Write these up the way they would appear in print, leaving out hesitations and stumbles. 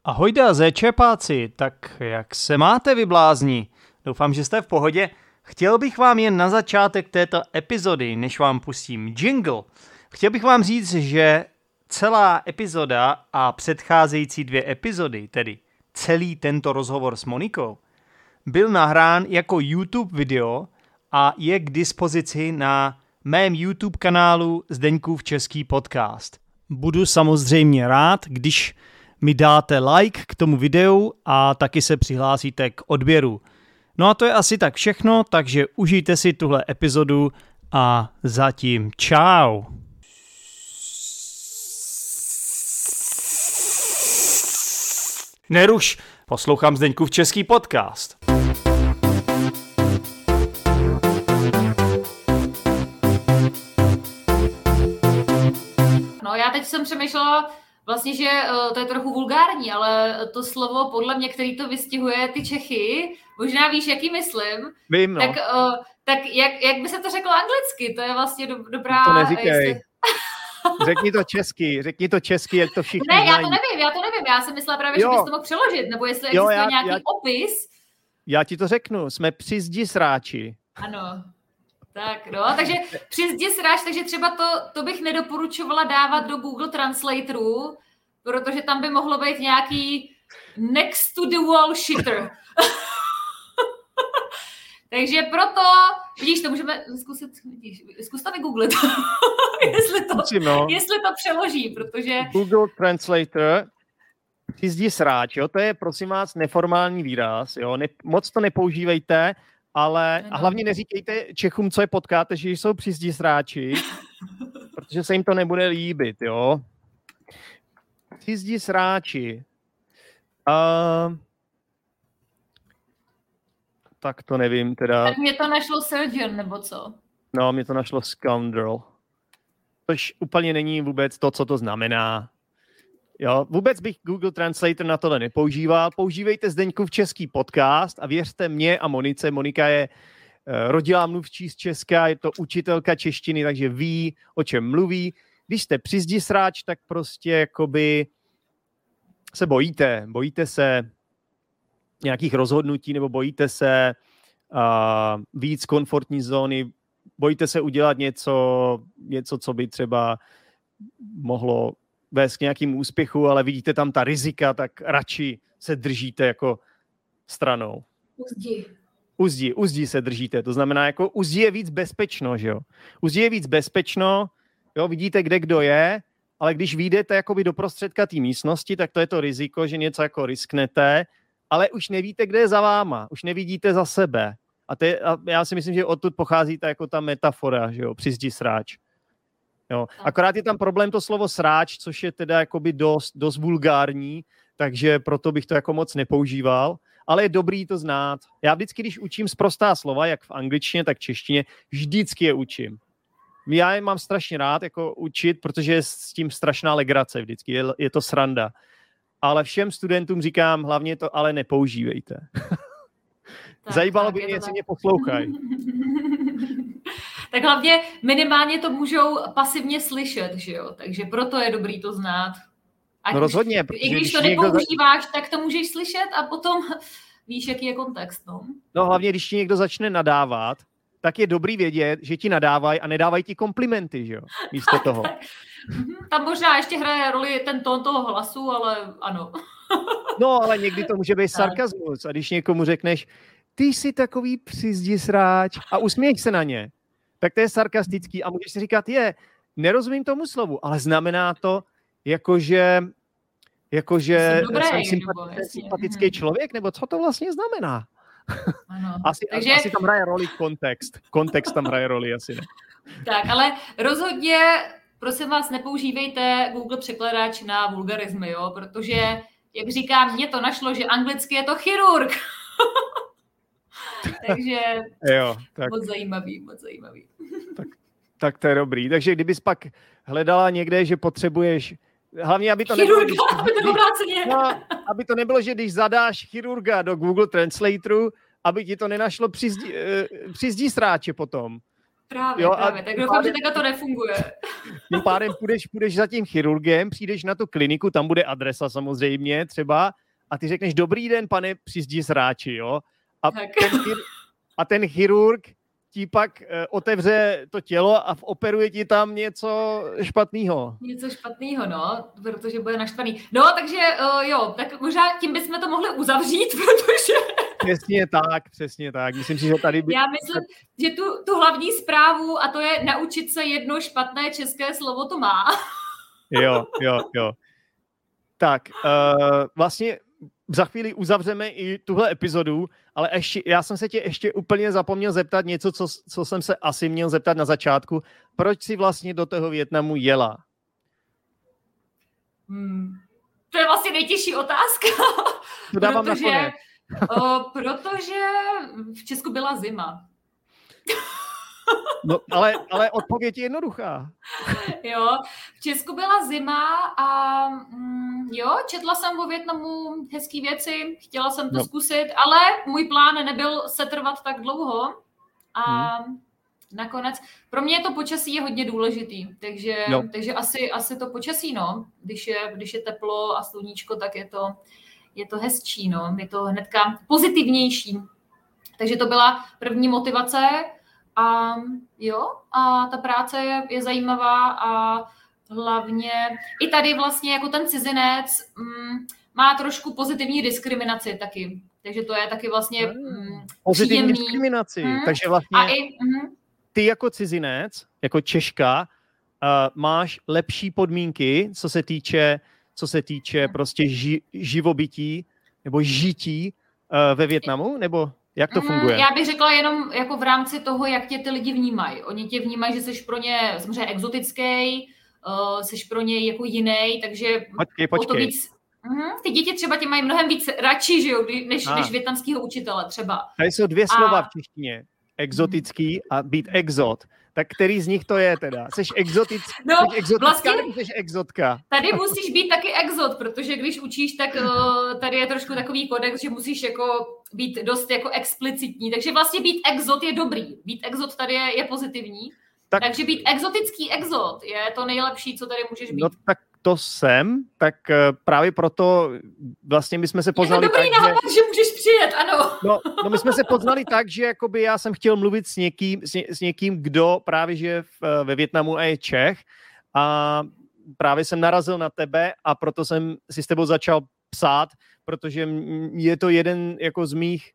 Ahojda, zéčepáci, tak jak se máte, vy blázni? Doufám, že jste v pohodě. Chtěl bych vám jen na začátek této epizody, než vám pustím jingle, chtěl bych vám říct, že celá epizoda a předcházející 2 epizody, tedy celý tento rozhovor s Monikou, byl nahrán jako YouTube video a je k dispozici na mém YouTube kanálu Zdeňkův český podcast. Budu samozřejmě rád, když mi dáte like k tomu videu a taky se přihlásíte k odběru. No a to je asi tak všechno, takže užijte si tuhle epizodu a zatím čau. Neruš, poslouchám Zdeňkův český podcast. No já teď jsem přemýšlela vlastně, že to je trochu vulgární, ale to slovo podle mě, který to vystihuje ty Čechy, možná víš, jaký myslím. Vím, no. Tak jak by se to řeklo anglicky? To je vlastně dobrá... To neříkej. Řekni to česky, jak to všichni znají. Ne, já to nevím. Já jsem myslela právě, že bys to mohl přeložit, nebo jestli existuje nějaký opis. Já ti to řeknu, jsme při zdi sráči. Ano. Tak, no, takže při zdi sráč, takže třeba to bych nedoporučovala dávat do Google Translatoru, protože tam by mohlo být nějaký next to the wall shitter. Takže proto, vidíš, to můžeme zkus to vygooglit, jestli to přeloží, protože... Google Translator, při zdi sráč, jo, to je, prosím vás, neformální výraz, jo, moc to nepoužívejte, ale a hlavně neříkejte Čechům, co je potkáte, že jsou při zdi sráči, protože se jim to nebude líbit, jo. Při zdi sráči. Tak to nevím teda. Tak mě to našlo surgeon, nebo co? No, mě to našlo scoundrel. Což úplně není vůbec to, co to znamená. Jo, vůbec bych Google Translator na tohle nepoužíval. Používejte Zdeňkův český podcast a věřte mě a Monice. Monika je rodilá mluvčí z Česka, je to učitelka češtiny, takže ví, o čem mluví. Když jste při zdi sráč, tak prostě jakoby se bojíte se nějakých rozhodnutí nebo bojíte se víc komfortní zóny, bojíte se udělat něco, co by třeba mohlo vést k nějakým úspěchu, ale vidíte tam ta rizika, tak radši se držíte jako stranou. U zdi se držíte, to znamená, jako u zdi je víc bezpečno, že jo. U zdi je víc bezpečno, jo, vidíte, kde kdo je, ale když vyjdete jakoby do prostředka té místnosti, tak to je to riziko, že něco jako risknete, ale už nevíte, kde je za váma, už nevidíte za sebe. A já si myslím, že odtud pochází ta, jako ta metafora, že jo, při zdi sráč. Jo. Akorát je tam problém to slovo sráč, což je teda jakoby dost vulgární, takže proto bych to jako moc nepoužíval, ale je dobrý to znát. Já vždycky, když učím sprostá slova, jak v angličtině, tak v češtině, vždycky je učím. Já je mám strašně rád jako učit, protože je s tím strašná legrace vždycky, je to sranda. Ale všem studentům říkám, hlavně to ale nepoužívejte. Zajímalo by mě, jestli mě poslouchají. Tak hlavně minimálně to můžou pasivně slyšet, že jo? Takže proto je dobrý to znát. No rozhodně. I když to nepoužíváš, tak to můžeš slyšet a potom víš, jaký je kontext. No hlavně, když ti někdo začne nadávat, tak je dobrý vědět, že ti nadávají a nedávají ti komplimenty, že jo? Místo toho. Tam možná ještě hraje roli ten tón toho hlasu, ale ano. No, ale někdy to může být sarkazmus. A když někomu řekneš, ty jsi takový při zdi sráč a usměješ se na ně, tak to je sarkastický a můžeš si říkat, nerozumím tomu slovu, ale znamená to, jakože jsem sympatický člověk, nebo co to vlastně znamená? Ano. Asi tam hraje roli kontext. Kontext tam hraje roli, asi ne. Tak, ale rozhodně, prosím vás, nepoužívejte Google překladač na vulgarizmy, jo, protože, jak říkám, mě to našlo, že anglicky je to chirurg. Takže tak. Moc zajímavý. Tak to je dobrý. Takže kdybys pak hledala někde, že potřebuješ hlavně, aby to aby to nebylo, že když zadáš chirurga do Google Translatoru, aby ti to nenašlo při zdi sráče potom. Právě. Tak doufám, že takhle to nefunguje. Tím pádem půjdeš za tím chirurgem, přijdeš na tu kliniku, tam bude adresa samozřejmě třeba a ty řekneš, dobrý den, pane, přizdi sráči, jo? A ten chirurg ti pak otevře to tělo a operuje ti tam něco špatného. Něco špatného, no, protože bude naštvaný. No, takže jo, tak možná tím bychom to mohli uzavřít, protože... Přesně tak. Myslím si, že tady... Já myslím, že tu hlavní zprávu, a to je naučit se jedno špatné české slovo, to má. Jo. Tak, vlastně za chvíli uzavřeme i tuhle epizodu, ale já jsem se tě ještě úplně zapomněl zeptat něco, co jsem se asi měl zeptat na začátku. Proč jsi vlastně do toho Vietnamu jela? To je vlastně nejtěžší otázka. To dávám nakonec. Protože v Česku byla zima. No, ale odpověď je jednoduchá. Jo, v Česku byla zima a jo, četla jsem o Vietnamu hezký věci, chtěla jsem to zkusit, ale můj plán nebyl setrvat tak dlouho a nakonec, pro mě to počasí je hodně důležitý, takže asi to počasí, no, když je teplo a sluníčko, tak je to hezčí, no, je to hnedka pozitivnější. Takže to byla první motivace. A jo, a ta práce je zajímavá a hlavně i tady vlastně jako ten cizinec má trošku pozitivní diskriminaci taky. Takže to je taky vlastně pozitivní diskriminaci. Takže vlastně ty jako cizinec, jako Češka, máš lepší podmínky, co se týče prostě živobytí nebo žití ve Vietnamu, nebo jak to funguje? Já bych řekla jenom jako v rámci toho, jak tě ty lidi vnímají. Oni tě vnímají, že jsi pro ně samozřejmě exotický, jsi pro ně jako jiný, takže Počkej. to víc... Ty děti třeba tě mají mnohem víc radši, že jo, než vietnamského učitele třeba. Tady jsou dvě slova v češtině. Exotický a být exot. Tak který z nich to je teda? Jseš exotická, vlastně, nebo jseš exotka? Tady musíš být taky exot, protože když učíš, tak tady je trošku takový kodex, že musíš jako být dost jako explicitní. Takže vlastně být exot je dobrý. Být exot tady je pozitivní. Takže být exotický exot je to nejlepší, co tady můžeš být. No tak to jsem, tak právě proto vlastně my jsme se poznali tak, nápad, že můžeš přijet, ano. No my jsme se poznali tak, že jakoby já jsem chtěl mluvit s někým, kdo právě žije ve Vietnamu a je Čech a právě jsem narazil na tebe a proto jsem si s tebou začal psát, protože je to jeden jako z mých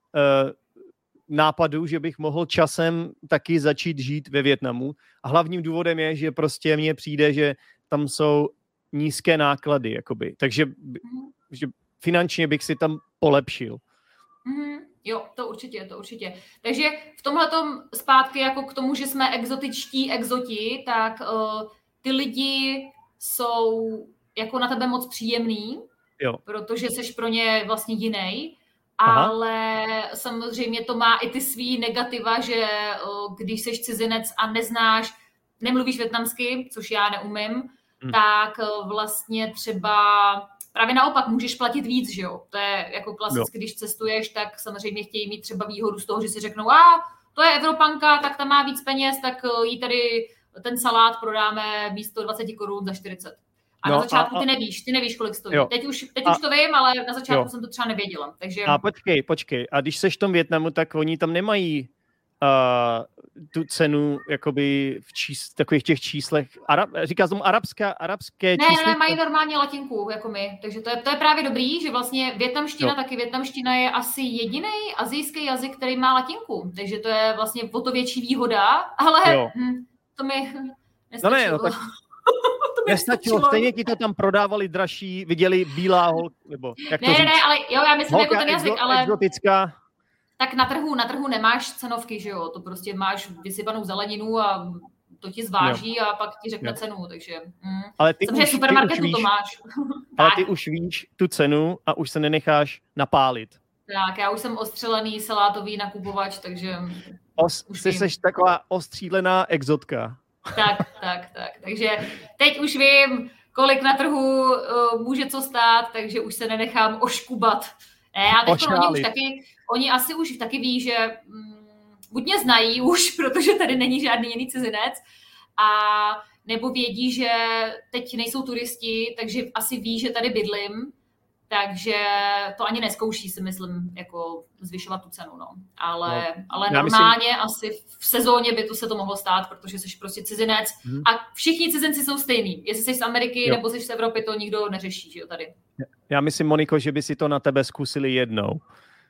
nápadů, že bych mohl časem taky začít žít ve Vietnamu a hlavním důvodem je, že prostě mně přijde, že tam jsou nízké náklady, jakoby. Takže že finančně bych si tam polepšil. Jo, to určitě. Takže v tomhletom zpátky jako k tomu, že jsme exotičtí exoti, tak ty lidi jsou jako na tebe moc příjemný, protože jsi pro ně vlastně jiný, ale samozřejmě to má i ty svý negativa, že když jsi cizinec a nemluvíš vietnamsky, což já neumím, tak vlastně třeba právě naopak můžeš platit víc, že jo? To je jako klasicky, když cestuješ, tak samozřejmě chtějí mít třeba výhodu z toho, že si řeknou, to je Evropanka, tak tam má víc peněz, tak jí tady ten salát prodáme místo 20 korun za 40. A na začátku ty nevíš, kolik stojí. Teď už to vím, ale na začátku jsem to třeba nevěděla. Takže... A počkej. A když seš v tom Vietnamu, tak oni tam nemají tu cenu jakoby v takových těch číslech. Říká tomu arabské čísly? Ne, mají normálně latinku, jako my. Takže to je právě dobrý, že vlastně vietnamština je asi jediný asijský jazyk, který má latinku. Takže to je vlastně o to větší výhoda, ale to mi nestačilo. Tak nestačilo, stejně ti to tam prodávali dražší, viděli bílá holka, nebo jak to říct? Ne, ale jo, já myslím holka jako ten jazyk, ale... Exotická. Tak na trhu nemáš cenovky, že jo, to prostě máš vysypanou zeleninu a to ti zváží a pak ti řekne cenu, takže... Ale ty samozřejmě supermarketu to máš. Ale ty už víš tu cenu a už se nenecháš napálit. Tak, já už jsem ostřelený salátový nakupovač, takže... Ty jsi taková ostřílená exotka. Tak. Takže teď už vím, kolik na trhu může co stát, takže už se nenechám oškubat. Ne, a teď oni asi už taky ví, že buď mě znají už, protože tady není žádný jiný cizinec, a nebo vědí, že teď nejsou turisti, takže asi ví, že tady bydlím, takže to ani neskouší, si myslím, jako zvyšovat tu cenu, no. Ale normálně asi v sezóně by se to mohlo stát, protože jsi prostě cizinec a všichni cizinci jsou stejný. Jestli jsi z Ameriky nebo jsi z Evropy, to nikdo neřeší, že jo, tady. Já myslím, Moniko, že by si to na tebe zkusili jednou.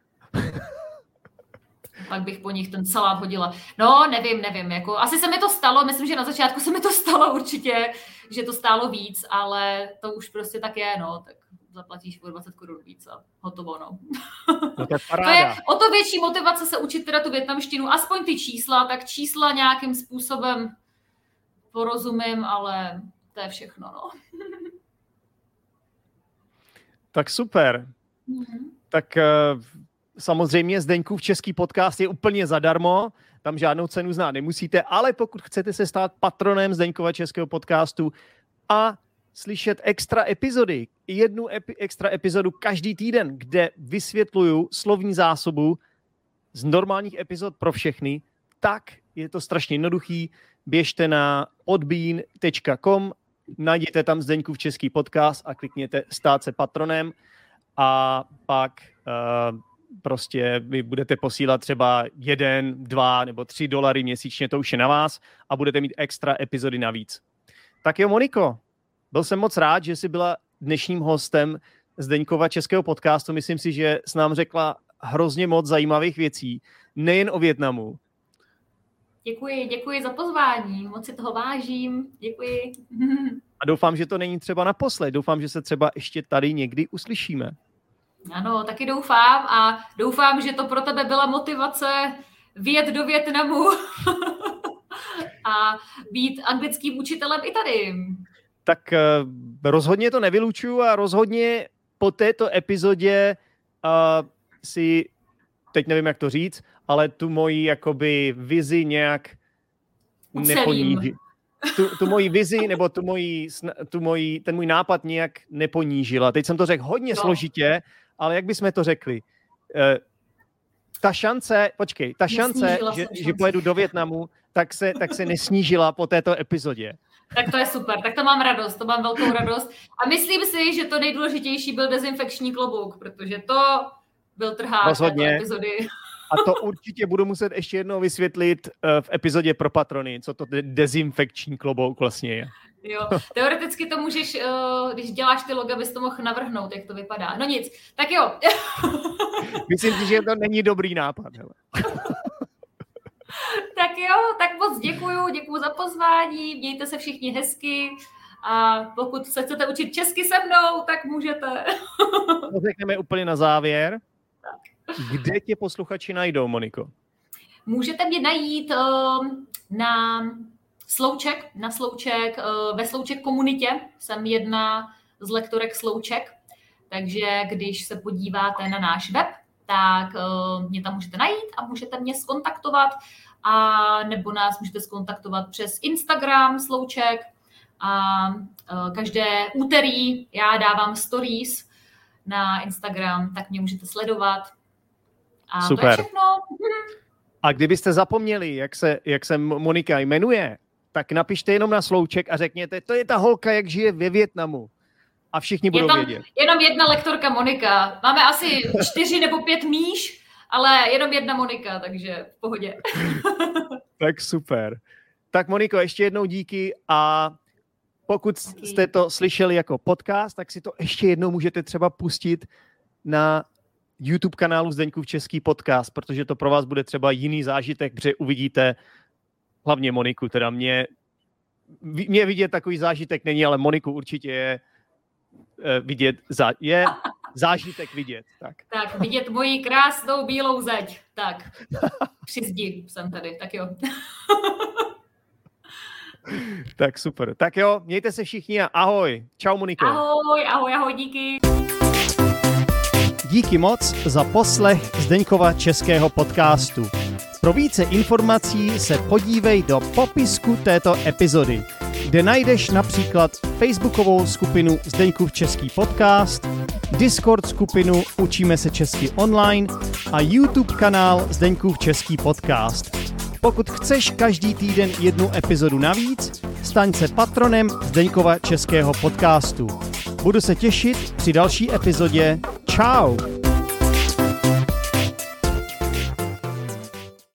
Pak bych po nich ten salát hodila. No, nevím, jako asi se mi to stalo, myslím, že na začátku se mi to stalo určitě, že to stálo víc, ale to už prostě tak je, no, tak zaplatíš o 20 Kč víc a hotovo, no. No tak to je o to větší motivace se učit teda tu vietnamštinu, aspoň ty čísla, tak čísla nějakým způsobem porozumím, ale to je všechno, no. Tak super. Tak samozřejmě Zdeňkův český podcast je úplně zadarmo, tam žádnou cenu znát nemusíte, ale pokud chcete se stát patronem Zdeňkova českého podcastu a slyšet extra epizody, jednu extra epizodu každý týden, kde vysvětluju slovní zásobu z normálních epizod pro všechny, tak je to strašně jednoduchý. Běžte na podbean.com, najděte tam Zdeňkův český podcast a klikněte stát se patronem a pak prostě vy budete posílat třeba 1, 2 nebo $3 měsíčně, to už je na vás a budete mít extra epizody navíc. Tak jo, Moniko, byl jsem moc rád, že jsi byla dnešním hostem Zdeňkova českého podcastu. Myslím si, že jsi nám řekla hrozně moc zajímavých věcí, nejen o Vietnamu. Děkuji za pozvání, moc si toho vážím, děkuji. A doufám, že to není třeba naposled, doufám, že se třeba ještě tady někdy uslyšíme. Ano, taky doufám a doufám, že to pro tebe byla motivace vyjet do Vietnamu a být anglickým učitelem i tady. Tak rozhodně to nevylučuju a rozhodně po této epizodě si, teď nevím, jak to říct, ale tu moji jakoby vizi nějak neponíží. Tu moji vizi nebo ten můj nápad nějak neponížila. Teď jsem to řekl hodně složitě, ale jak bychom to řekli? Ta šance, že pojedu do Vietnamu, tak se nesnížila po této epizodě. Tak to je super, tak to mám radost, to mám velkou radost. A myslím si, že to nejdůležitější byl dezinfekční klobouk, protože to byl trhák této epizody. A to určitě budu muset ještě jednou vysvětlit v epizodě pro patrony, co to dezinfekční klobouk vlastně je. Jo, teoreticky to můžeš, když děláš ty loga, bys to mohl navrhnout, jak to vypadá. No nic, tak jo. Myslím si, že to není dobrý nápad. Hele. Tak jo, tak moc děkuju za pozvání, mějte se všichni hezky a pokud se chcete učit česky se mnou, tak můžete. To řekneme úplně na závěr. Kde tě posluchači najdou, Moniko? Můžete mě najít na Slouček, ve Slouček komunitě. Jsem jedna z lektorek Slouček, takže když se podíváte na náš web, tak mě tam můžete najít a můžete mě zkontaktovat a nebo nás můžete zkontaktovat přes Instagram Slouček a každé úterý já dávám stories na Instagram, tak mě můžete sledovat. A super. To je všechno. A kdybyste zapomněli, jak se Monika jmenuje, tak napište jenom na Slouček a řekněte, to je ta holka, jak žije ve Vietnamu. A všichni budou vědět. Jenom jedna lektorka Monika. Máme asi 4 nebo 5 Míš, ale jenom jedna Monika, takže v pohodě. Tak super. Tak Moniko, ještě jednou díky a pokud jste to slyšeli jako podcast, tak si to ještě jednou můžete třeba pustit na YouTube kanálu Zdeňkův český podcast, protože to pro vás bude třeba jiný zážitek, protože uvidíte hlavně Moniku, teda mě vidět takový zážitek není, ale Moniku určitě je vidět, je zážitek vidět. Tak vidět moji krásnou bílou zeď. Tak, při zdi jsem tady, tak jo. Tak super. Tak jo, mějte se všichni a ahoj. Čau, Moniko. Ahoj, díky. Díky moc za poslech Zdeňkova českého podcastu. Pro více informací se podívej do popisku této epizody, kde najdeš například facebookovou skupinu Zdeňkův český podcast, Discord skupinu Učíme se česky online a YouTube kanál Zdeňkův český podcast. Pokud chceš každý týden jednu epizodu navíc, staň se patronem Zdeňkova českého podcastu. Budu se těšit při další epizodě. Čau!